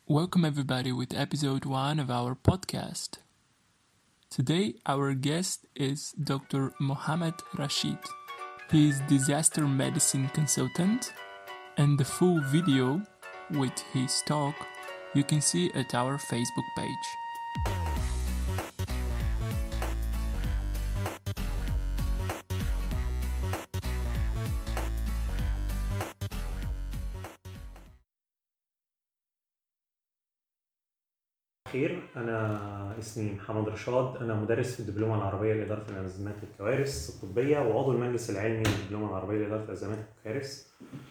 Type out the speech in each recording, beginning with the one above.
Welcome everybody with episode 1 of our podcast. Today our guest is Dr. Mohammed Rashid. He is disaster medicine consultant, and the full video with his talk you can see at our Facebook page. خير، أنا اسمي محمد رشاد. أنا مدرس في الدبلومة العربية لإدارة الأزمات والكوارث الطبية وعضو المجلس العلمي للدبلومة العربية لإدارة الأزمات والكوارث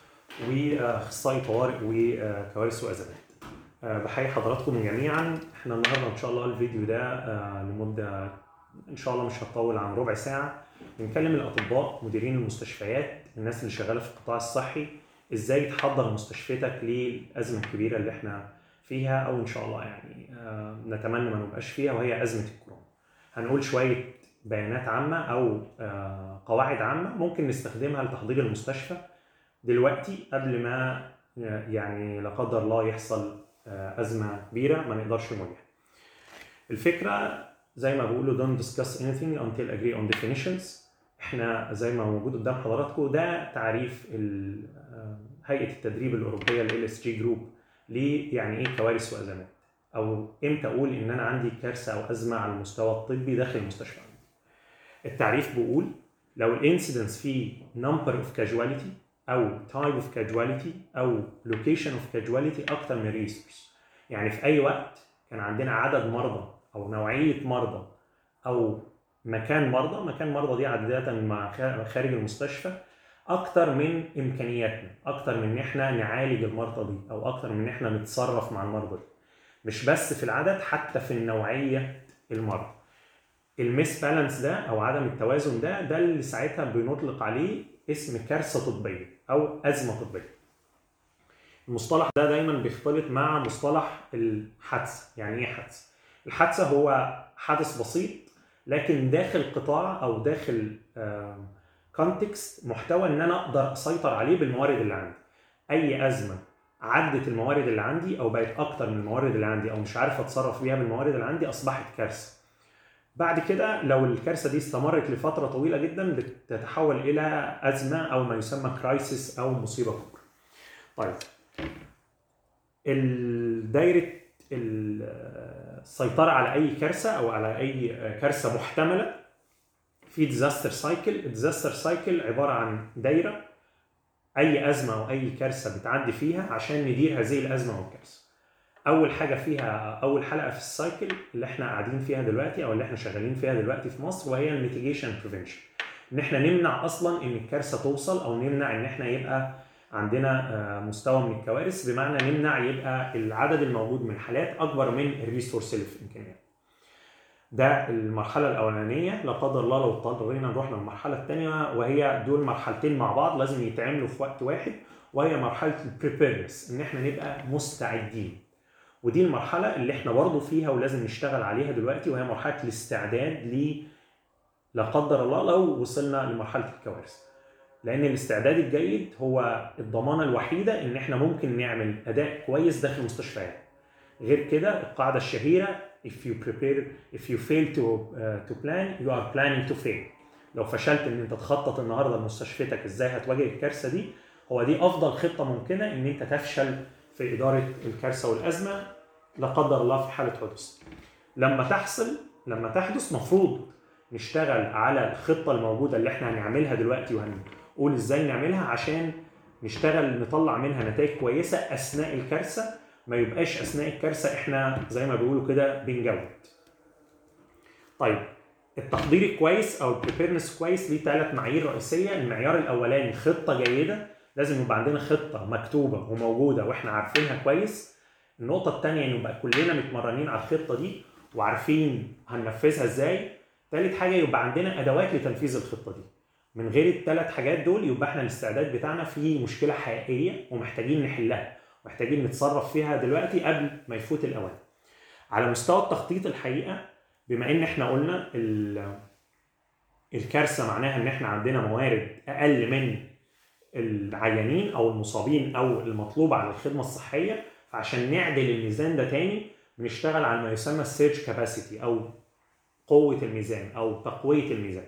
وأخصائي طوارئ وكوارث وأزمات. بحيي حضراتكم جميعا. احنا النهاردة إن شاء الله الفيديو ده لمدة إن شاء الله مش هتطول عن ربع ساعة. بنكلم الأطباء، مديرين المستشفيات، الناس اللي شغالة في القطاع الصحي، إزاي تحضر مستشفيتك للأزمة الكبيرة اللي احنا فيها، او ان شاء الله يعني نتمنى ما نبقاش فيها، وهي ازمه الكورونا. هنقول شويه بيانات عامه او قواعد عامه ممكن نستخدمها لتحضير المستشفى دلوقتي قبل ما يعني لا قدر الله يحصل ازمه كبيره ما نقدرش نواجهها. الفكره زي ما بيقولوا don't discuss anything until agree on definitions. احنا زي ما موجود قدام حضراتكم ده تعريف هيئه التدريب الاوروبيه LSG جروب ليه يعني ايه كوارث وازمات، او امتى اقول ان انا عندي كارثه او ازمه على المستوى الطبي داخل المستشفى. التعريف بيقول لو الانسيدنس فيه number of casualty او type of casualty او location of casualty اكتر من resource. يعني في اي وقت كان عندنا عدد مرضى او نوعيه مرضى او مكان مرضى دي عادة خارج المستشفى اكتر من امكانياتنا، اكتر من ان احنا نعالج المرضى دي، او اكتر من ان احنا نتصرف مع المرضى دي. مش بس في العدد، حتى في النوعيه المرضى. الميس بالانس ده او عدم التوازن ده اللي ساعتها بنطلق عليه اسم كارثه طبيه او ازمه طبيه. المصطلح ده دايما بيختلط مع مصطلح الحادثه. يعني ايه حادثه؟ الحادثه هو حدث بسيط لكن داخل قطاع او داخل كونتكست محتوى ان انا اقدر اسيطر عليه بالموارد اللي عندي. اي ازمه عدت الموارد اللي عندي او بقت اكتر من الموارد اللي عندي او مش عارف اتصرف بيها بالموارد اللي عندي اصبحت كارثه. بعد كده لو الكارثه دي استمرت لفتره طويله جدا بتتحول الى ازمه او ما يسمى كرايسيس او مصيبه كبرى. طيب، دايره السيطره على اي كارثه او على اي كارثه محتمله في ديزاستر سايكل. الديزاستر سايكل عباره عن دايره اي ازمه او اي كارثه بتعدي فيها عشان ندير هذه الازمه والكارثه. اول حاجه فيها، اول حلقه في السايكل اللي احنا قاعدين فيها دلوقتي او اللي احنا شغالين فيها دلوقتي في مصر، وهي الميتيجيشن بريفنشن. ان احنا نمنع اصلا ان الكارثه توصل، او نمنع ان احنا يبقى عندنا مستوى من الكوارث، بمعنى نمنع يبقى العدد الموجود من الحالات اكبر من الريسورس اللي في امكانياتنا. ده المرحله الاولانيه. لا قدر الله لو اضطرينا نروح للمرحله الثانيه، وهي دول مرحلتين مع بعض لازم يتعملوا في وقت واحد، وهي مرحله البريبيرنس، ان احنا نبقى مستعدين. ودي المرحله اللي احنا برضو فيها ولازم نشتغل عليها دلوقتي، وهي مرحله الاستعداد لا قدر الله لو وصلنا لمرحله الكوارث. لان الاستعداد الجيد هو الضمانه الوحيده ان احنا ممكن نعمل اداء كويس داخل المستشفيات. غير كده القاعده الشهيره if you fail to plan you are planning to fail. لو فشلت ان انت تخطط النهارده لمستشفيتك ازاي هتواجه الكارثه دي، هو دي افضل خطه ممكنه ان انت تفشل في اداره الكارثه والازمه لا قدر الله في حاله حدوث. لما تحدث مفروض نشتغل على الخطه الموجوده اللي احنا هنعملها دلوقتي، وهنقول ازاي نعملها عشان نشتغل نطلع منها نتائج كويسه اثناء الكارثه، ما يبقاش اثناء الكارثه احنا زي ما بيقولوا كده بنجود. طيب، التحضير الكويس او البريبيرنس كويس ليه 3 معايير رئيسيه. المعيار الاولاني خطه جيده، لازم يبقى عندنا خطه مكتوبه وموجوده واحنا عارفينها كويس. النقطه الثانيه ان يبقى كلنا متمرنين على الخطه دي وعارفين هننفذها ازاي. ثالث حاجه يبقى عندنا ادوات لتنفيذ الخطه دي. من غير ال3 حاجات دول يبقى احنا الاستعداد بتاعنا فيه مشكله حقيقيه ومحتاجين نحلها، محتاجين نتصرف فيها دلوقتي قبل ما يفوت الاوان. على مستوى التخطيط الحقيقه، بما ان احنا قلنا الكارثه معناها ان احنا عندنا موارد اقل من العيانين او المصابين او المطلوب على الخدمه الصحيه، فعشان نعدل الميزان ده تاني بنشتغل على ما يسمى السيرج كاباسيتي او قوة الميزان او تقوية الميزان.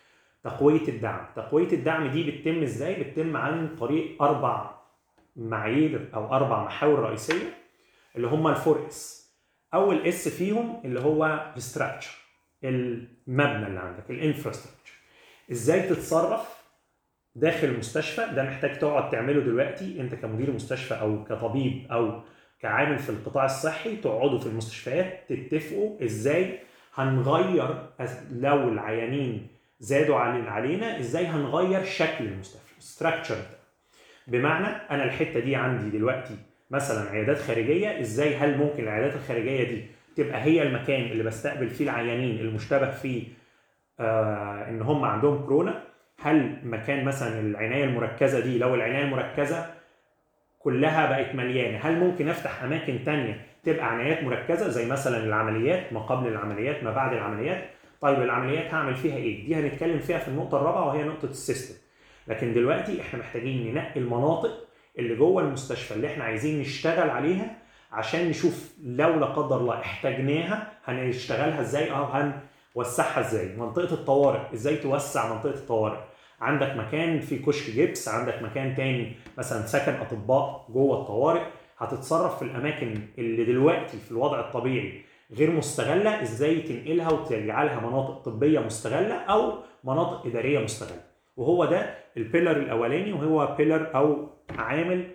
تقوية الدعم دي بتتم ازاي؟ بتتم عن طريق 4 معايير او 4 محاور رئيسية اللي هم ال4 اس. اول اس فيهم اللي هو الستراكشر، المبنى اللي عندك، الانفراستراكشر. ازاي تتصرف داخل المستشفى؟ ده محتاج تقعد تعمله دلوقتي انت كمدير مستشفى او كطبيب او كعامل في القطاع الصحي، تقعدوا في المستشفيات تتفقوا ازاي هنغير لو العيانين زادوا علينا، ازاي هنغير شكل المستشفى، ستراكشر. بمعنى انا الحته دي عندي دلوقتي مثلا عيادات خارجيه، ازاي هل ممكن العيادات الخارجيه دي تبقى هي المكان اللي بستقبل فيه العيانين المشتبه فيه ان هم عندهم كورونا؟ هل مكان مثلا العنايه المركزه دي لو العنايه المركزه كلها بقت مليانه، هل ممكن افتح اماكن تانية تبقى عنايات مركزه زي مثلا العمليات، ما قبل العمليات، ما بعد العمليات؟ طيب العمليات هعمل فيها ايه؟ دي هنتكلم فيها في النقطه الرابعه وهي نقطه السيستم. لكن دلوقتي احنا محتاجين ننقي المناطق اللي جوه المستشفى اللي احنا عايزين نشتغل عليها عشان نشوف لو لا قدر الله احتاجناها هنشتغلها ازاي او هنوسعها ازاي. منطقه الطوارئ، ازاي توسع منطقه الطوارئ؟ عندك مكان فيه كشك جبس، عندك مكان تاني مثلا سكن اطباء جوه الطوارئ، هتتصرف في الاماكن اللي دلوقتي في الوضع الطبيعي غير مستغله، ازاي تنقلها وتجعلها مناطق طبيه مستغله او مناطق اداريه مستغله. وهو ده البيلر الاولاني، وهو بيلر او عامل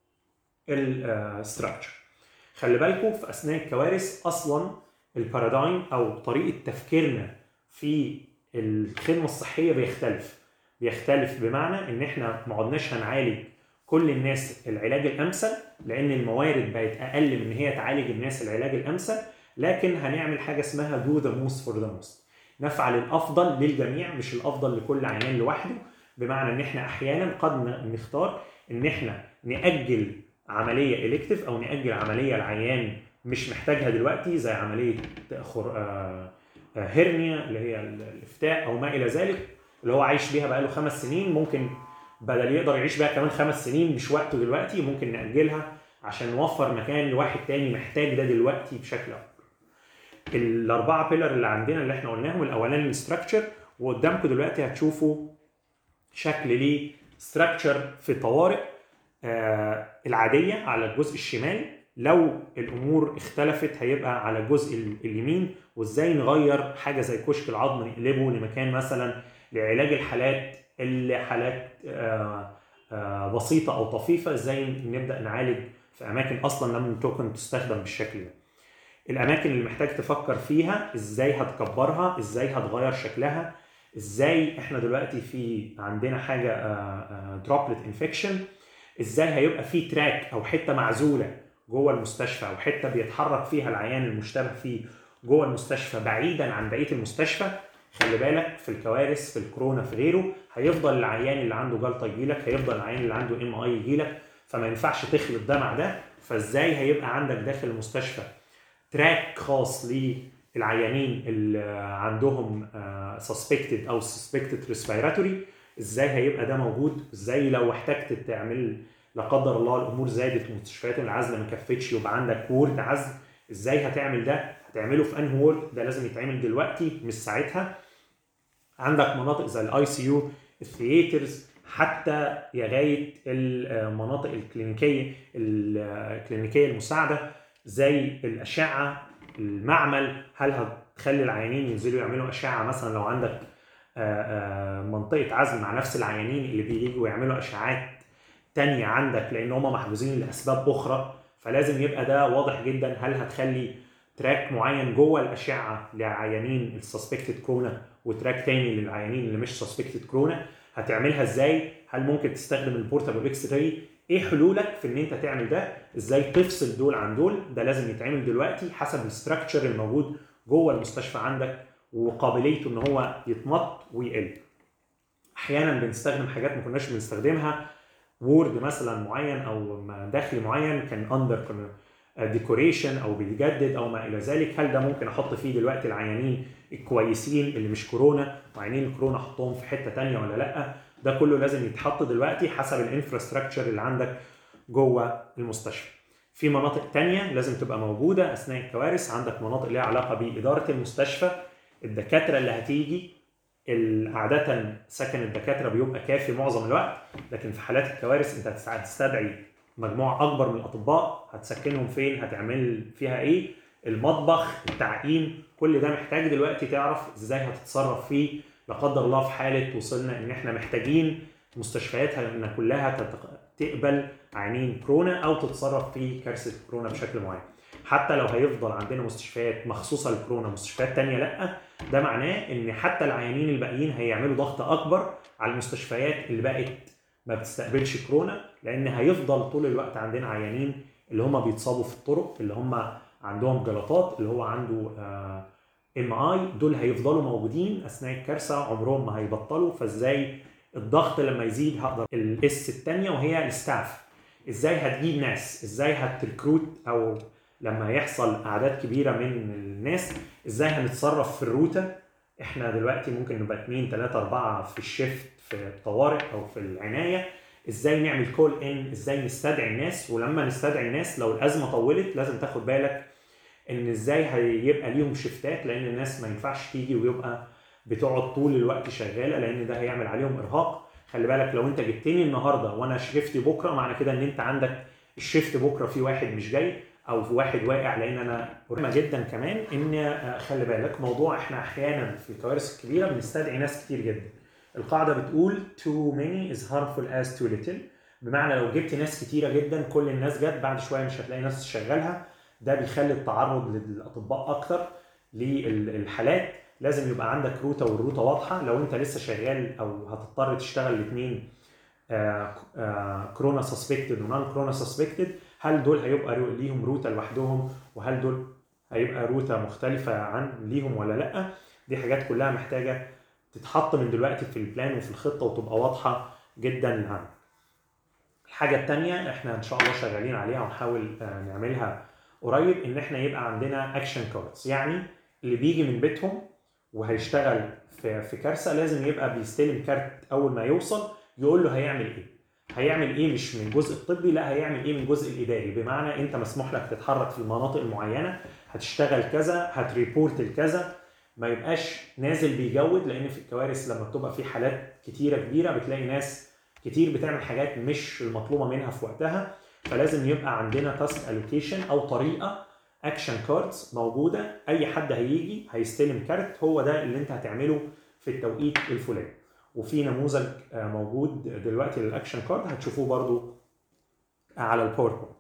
الستراكشر. خلي بالكم في اثناء الكوارث اصلا البارادايم او طريقه تفكيرنا في الخدمه الصحيه بيختلف بمعنى ان احنا ما عدناش هنعالج كل الناس العلاج الامثل لان الموارد بقت اقل من ان هي تعالج الناس العلاج الامثل، لكن هنعمل حاجه اسمها do the most for the most، نفعل الافضل للجميع مش الافضل لكل عيان لوحده. بمعنى ان احنا احيانا قد نختار ان احنا ناجل عمليه الكتيف او ناجل عمليه العيان مش محتاجها دلوقتي زي عمليه هرنيا اللي هي الافتاء او ما الى ذلك، اللي هو عايش بيها بقاله 5 سنين، ممكن بدل يقدر يعيش بيها كمان 5 سنين مش وقته دلوقتي، ممكن ناجلها عشان نوفر مكان لواحد تاني محتاج ده دلوقتي بشكل اكبر. ال4 بيلر اللي عندنا اللي احنا قلناهم، الاولاني الستراكشر، وقدامكم دلوقتي هتشوفوا شكل ليه ستراكشر في طوارئ العاديه على الجزء الشمال، لو الامور اختلفت هيبقى على الجزء اليمين، وازاي نغير حاجه زي كشك العظم نقلبه لمكان مثلا لعلاج الحالات اللي حالات بسيطه او طفيفه، ازاي نبدا نعالج في اماكن اصلا لم تكن تستخدم بالشكل ده. الاماكن اللي محتاج تفكر فيها ازاي هتكبرها، ازاي هتغير شكلها، ازاي احنا دلوقتي في عندنا حاجه دروبلت انفكشن، ازاي هيبقى في تراك او حته معزوله جوه المستشفى او حته بيتحرك فيها العيان المشتبه فيه جوه المستشفى بعيدا عن بقيه المستشفى. خلي بالك في الكوارث في الكورونا في غيره هيفضل العيان اللي عنده جلطه يجيلك، هيفضل العيان اللي عنده MI يجيلك، فما ينفعش تخلط ده مع ده. فازاي هيبقى عندك داخل المستشفى تراك خاص للعيانين اللي عندهم suspected او suspected respiratory، ازاي هيبقى ده موجود، ازاي لو احتجت تعمل لا قدر الله الامور زادت ومستشفيات العزل ما كفتش يبقى عندك وورد عزل، ازاي هتعمل ده، هتعمله في انهي وورد، ده لازم يتعمل دلوقتي مش ساعتها. عندك مناطق زي الICU، الثياترز، حتى لغايه المناطق الكلينيكيه المساعده زي الاشعه، المعمل، هل هتخلي العيانين ينزلوا يعملوا اشعه مثلا لو عندك منطقه عزل مع نفس العيانين اللي بييجوا يعملوا اشعاعات تانية عندك لان هم محجوزين لاسباب اخرى، فلازم يبقى ده واضح جدا. هل هتخلي تراك معين جوه الاشعه لعيانين السسبكتد كورونا وتراك تاني للعيانين اللي مش سسبكتد كورونا؟ هتعملها ازاي؟ هل ممكن تستخدم البورتابل اكس راي؟ ايه حلولك في ان انت تعمل ده؟ ازاي تفصل دول عن دول؟ ده لازم يتعمل دلوقتي حسب الستراكشر الموجود جوه المستشفى عندك وقابليته ان هو يتمط ويقل. احيانا بنستخدم حاجات ما كناش بنستخدمها، وورد مثلا معين او داخل معين كان اندر ديكوريشن او بيجدد او ما الى ذلك، هل ده ممكن احط فيه دلوقتي العيانين الكويسين اللي مش كورونا وعيانين الكورونا احطهم في حته ثانيه ولا لا؟ ده كله لازم يتحط دلوقتي حسب الانفراستراكشر اللي عندك جوه المستشفى. في مناطق تانية لازم تبقى موجودة أثناء الكوارث. عندك مناطق لها علاقة بإدارة المستشفى، الدكاترة اللي هتيجي، عادة سكن الدكاترة بيبقى كافي معظم الوقت، لكن في حالات الكوارث انت هتستدعي مجموعة أكبر من الأطباء. هتسكنهم فين؟ هتعمل فيها إيه؟ المطبخ، التعقيم، كل ده محتاج دلوقتي تعرف إزاي هتتصرف فيه لا قدر الله في حالة وصلنا إن إحنا محتاجين مستشفياتها كلها تقبل عيانين كورونا أو تتصرف في كارثة كورونا بشكل معين. حتى لو هيفضل عندنا مستشفيات مخصوصة للكورونا مستشفيات تانية لأ، ده معناه إن حتى العيانين الباقيين هيعملوا ضغط أكبر على المستشفيات اللي بقت ما بتستقبلش كورونا، لأن هيفضل طول الوقت عندنا عيانين اللي هم بيتصابوا في الطرق، اللي هم عندهم جلطات، اللي هو عنده MI، دول هيفضلوا موجودين أثناء الكارثة، عمرهم ما هيبطلوا. فإزاي الضغط لما يزيد هقدر الاس الثانيه وهي الستاف، ازاي هتجيب ناس، ازاي هتركروت، او لما يحصل اعداد كبيره من الناس ازاي هنتصرف في الروته. احنا دلوقتي ممكن نبقى 2 3 4 في الشيفت في الطوارئ او في العنايه، ازاي نعمل كول ان، ازاي نستدعي الناس. ولما نستدعي الناس لو الازمه طولت لازم تاخد بالك ان ازاي هيبقى ليهم شيفتات، لان الناس ما ينفعش تيجي ويبقى بتقعد طول الوقت شغاله، لان ده هيعمل عليهم ارهاق. خلي بالك لو انت جبتني النهارده وانا شيفتي بكره، معنى كده ان انت عندك الشيفت بكره في واحد مش جاي او في واحد واقع، لان انا مهمه جدا كمان ان خلي بالك موضوع احنا احيانا في الكوارث الكبيره بنستدعي ناس كتير جدا. القاعده بتقول too many is harmful as too little، بمعنى لو جبت ناس كتيره جدا كل الناس جت، بعد شويه مش هتلاقي ناس تشغلها، ده بيخلي التعرض للاطباء اكتر للحالات. لازم يبقى عندك روته، والروته واضحه. لو انت لسه شغال او هتضطر تشتغل الاثنين كورونا سسبكتد ونون كورونا سسبكتد، هل دول هيبقى ليهم روته لوحدهم، وهل دول هيبقى روته مختلفه عن ليهم ولا لا؟ دي حاجات كلها محتاجه تتحط من دلوقتي في البلان وفي الخطه وتبقى واضحه جدا عنك. الحاجه الثانيه احنا ان شاء الله شغالين عليها ونحاول نعملها قريب، ان احنا يبقى عندنا اكشن كاردز. يعني اللي بيجي من بيتهم وهيشتغل في كارثه لازم يبقى بيستلم كارت اول ما يوصل يقول له هيعمل ايه. هيعمل ايه مش من الجزء الطبي، لا هيعمل ايه من الجزء الاداري، بمعنى انت مسموح لك تتحرك في المناطق المعينه، هتشتغل كذا، هتريبورت الكذا، ما يبقاش نازل بيجود. لان في الكوارث لما بتبقى في حالات كتيره كبيره بتلاقي ناس كتير بتعمل حاجات مش المطلوبه منها في وقتها. فلازم يبقى عندنا تاسك الوكيشن او طريقه اكشن كاردز موجوده، اي حد هيجي هيستلم كارت، هو ده اللي انت هتعمله في التوقيت الفلاني. وفي نموذج موجود دلوقتي للاكشن كارد هتشوفوه برضو على الباوربوينت.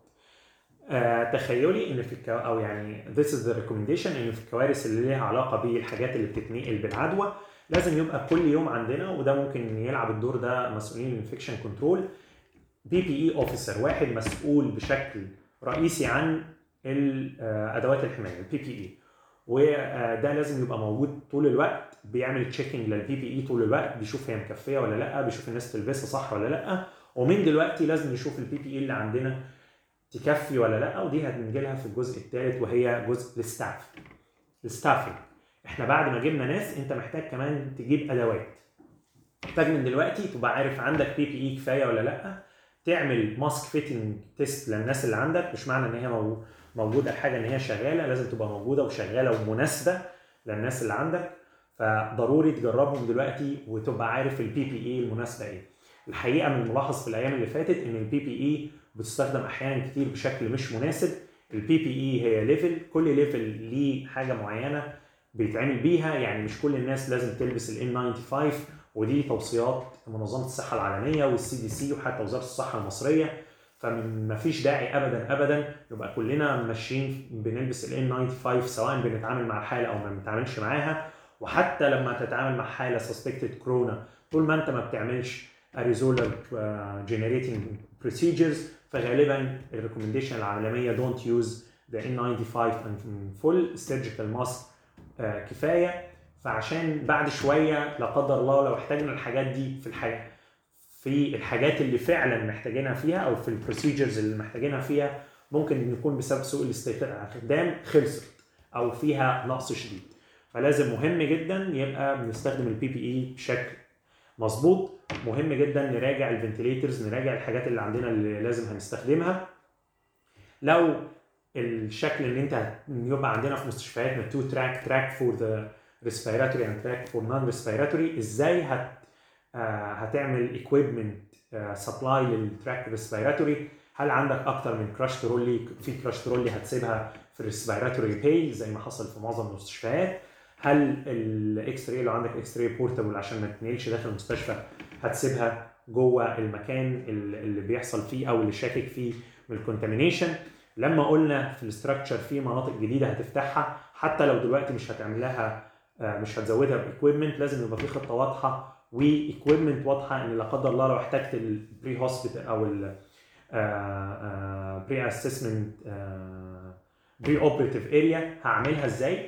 تخيلي ان في او يعني this is the recommendation ان في الكوارث اللي ليها علاقه بالحاجات اللي بتتنقل بالعدوى لازم يبقى كل يوم عندنا، وده ممكن يلعب الدور ده مسؤولين الانفكشن كنترول، PPE اوفيسر واحد مسؤول بشكل رئيسي عن ادوات الحمايه PPE، وده لازم يبقى موجود طول الوقت، بيعمل تشيكينج للPPE طول الوقت، بيشوف هي مكفيه ولا لا، بيشوف الناس تلبسها صح ولا لا. ومن دلوقتي لازم نشوف الPPE اللي عندنا تكفي ولا لا، ودي هنجي لها في الجزء الثالث وهي جزء الستافنج. احنا بعد ما جبنا ناس انت محتاج كمان تجيب ادوات، محتاج من دلوقتي تبقى عارف عندك PPE كفايه ولا لا، تعمل ماسك فيتنج تيست للناس اللي عندك. مش معنى ان هي موجوده الحاجه ان هي شغاله، لازم تبقى موجوده وشغاله ومناسبه للناس اللي عندك، فضروري تجربهم دلوقتي وتبقى عارف PPE المناسبه ايه. الحقيقه من الملاحظ في الايام اللي فاتت ان PPE بتستخدم احيانا كتير بشكل مش مناسب. PPE هي ليفل، كل ليفل ليه حاجه معينه بيتعمل بيها، يعني مش كل الناس لازم تلبس N95، ودي توصيات منظمه الصحه العالميه والCDC وحتى وزاره الصحه المصريه. فمفيش داعي ابدا يبقى كلنا ماشيين بنلبس N95 سواء بنتعامل مع الحاله او ما بنتعاملش معاها. وحتى لما تتعامل مع حاله suspected كورونا، طول ما انت ما بتعملش aerosolar generating procedures، فغالبا الريكومنديشن العالميه don't use the N95 and full surgical mask كفايه. فعشان بعد شويه لا قدر الله لو احتاجنا الحاجات دي في الحاجات اللي فعلا محتاجينها فيها او في البروسيجرز اللي محتاجينها فيها، ممكن يكون بسبب سوء الاستخدام خلصت او فيها نقص شديد. فلازم مهم جدا يبقى بنستخدم PPE بشكل مظبوط. مهم جدا نراجع الفنتيليترز، نراجع الحاجات اللي عندنا اللي لازم هنستخدمها، لو الشكل اللي انت يبقى عندنا في مستشفياتنا 2 تراك فور ذا respiratory and track for non-respiratory، ازاي هتعمل equipment supply للتراك respiratory؟ هل عندك اكتر من كراش ترولي؟ في كراش ترولي هتسيبها في الريسبيراتوري باي زي ما حصل في معظم المستشفيات؟ هل الاكس راي لو عندك اكس راي بورتابل عشان ما تنقلش داخل المستشفى هتسيبها جوه المكان اللي بيحصل فيه او اللي شاكك فيه من الكونتامينيشن؟ لما قلنا في الاستراكشر في مناطق جديده هتفتحها، حتى لو دلوقتي مش هتعمل لها مش هتزودها بايكويبمنت، لازم يبقى في خطه واضحه وايكويبمنت واضحه ان لا قدر الله لو احتجت البري هوسبيتال او بري اسسمنت بري اوبريتيف اريا هعملها ازاي؟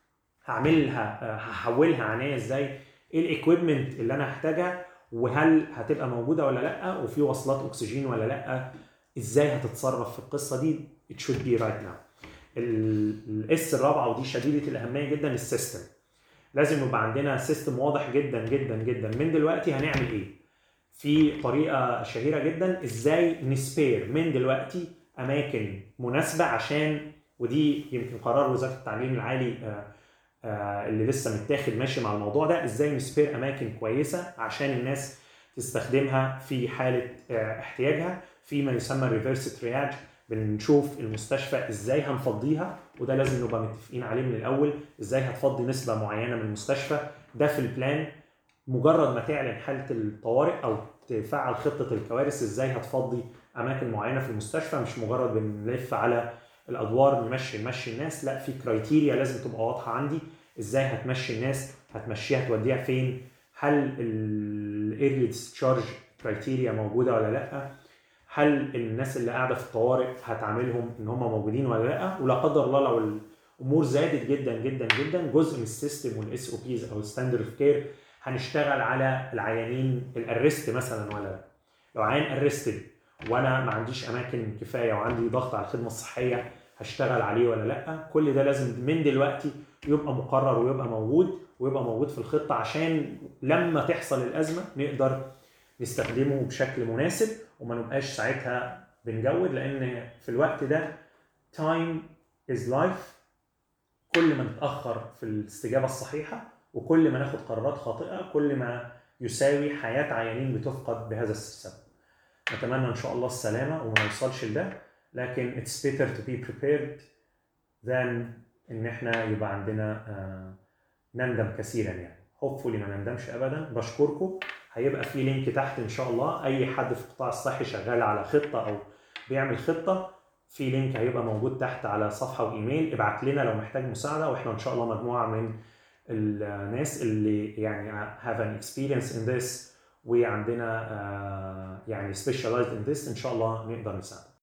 هحولها عنايه ازاي؟ ايه الايكويبمنت اللي انا هحتاجها؟ وهل هتبقى موجوده ولا لا؟ وفي وصلات اكسجين ولا لا؟ ازاي هتتصرف في القصه دي؟ it should be right now. الاس الرابعه ودي شديده الاهميه جدا، السيستم. لازم يبقى عندنا سيستم واضح جدا جدا جدا من دلوقتي هنعمل ايه. في طريقه شهيره جدا ازاي نسبير من دلوقتي اماكن مناسبه، عشان ودي يمكن قرار وزاره التعليم العالي اللي لسه متاخد ماشي مع الموضوع ده، ازاي نسبير اماكن كويسه عشان الناس تستخدمها في حاله احتياجها في ما يسمى ريفرس ترياج. بنشوف المستشفى ازاي هنفضيها، وده لازم نبقى متفقين عليه من الاول، ازاي هتفضي نسبه معينه من المستشفى. ده في البلان. مجرد ما تعلن حاله الطوارئ او تفعل خطه الكوارث ازاي هتفضي اماكن معينه في المستشفى، مش مجرد بنلف على الادوار نمشي الناس، لا، في كرايتيريا لازم تبقى واضحه عندي. ازاي هتمشي الناس؟ هتمشيها توديها فين؟ هل الايرلي ديسشارج كرايتيريا موجوده ولا لا؟ هل الناس اللي قاعده في الطوارئ هتعاملهم ان هم موجودين ولا لا؟ ولا قدر الله لو الامور زادت جدا جدا جدا، جزء من السيستم والاس او بيز او ستاندرد اوف كير هنشتغل على العيانين الارست مثلا ولا لا. لو عيان ارستد وانا ما عنديش اماكن كفايه وعندي ضغط على الخدمه الصحيه، هشتغل عليه ولا لا؟ كل ده لازم من دلوقتي يبقى مقرر ويبقى موجود في الخطه، عشان لما تحصل الازمه نقدر نستخدمه بشكل مناسب وما نبقاش ساعتها بنجود، لان في الوقت ده time is life. كل ما نتاخر في الاستجابه الصحيحه وكل ما ناخد قرارات خاطئه كل ما يساوي حياه عيانين بتفقد بهذا السبب. نتمنى ان شاء الله السلامه وما نوصلش لده، لكن it's better to be prepared than ان احنا يبقى عندنا نندم كثيرا. يعني hopefully ما نندمش ابدا. بشكركم. هيبقى في لينك تحت ان شاء الله، اي حد في القطاع الصحي شغال على خطه او بيعمل خطه، في لينك هيبقى موجود تحت على صفحه وايميل. ابعت لنا لو محتاج مساعده، واحنا ان شاء الله مجموعه من الناس اللي يعني have an experience in this وعندنا يعني specialized in this ان شاء الله نقدر نساعد.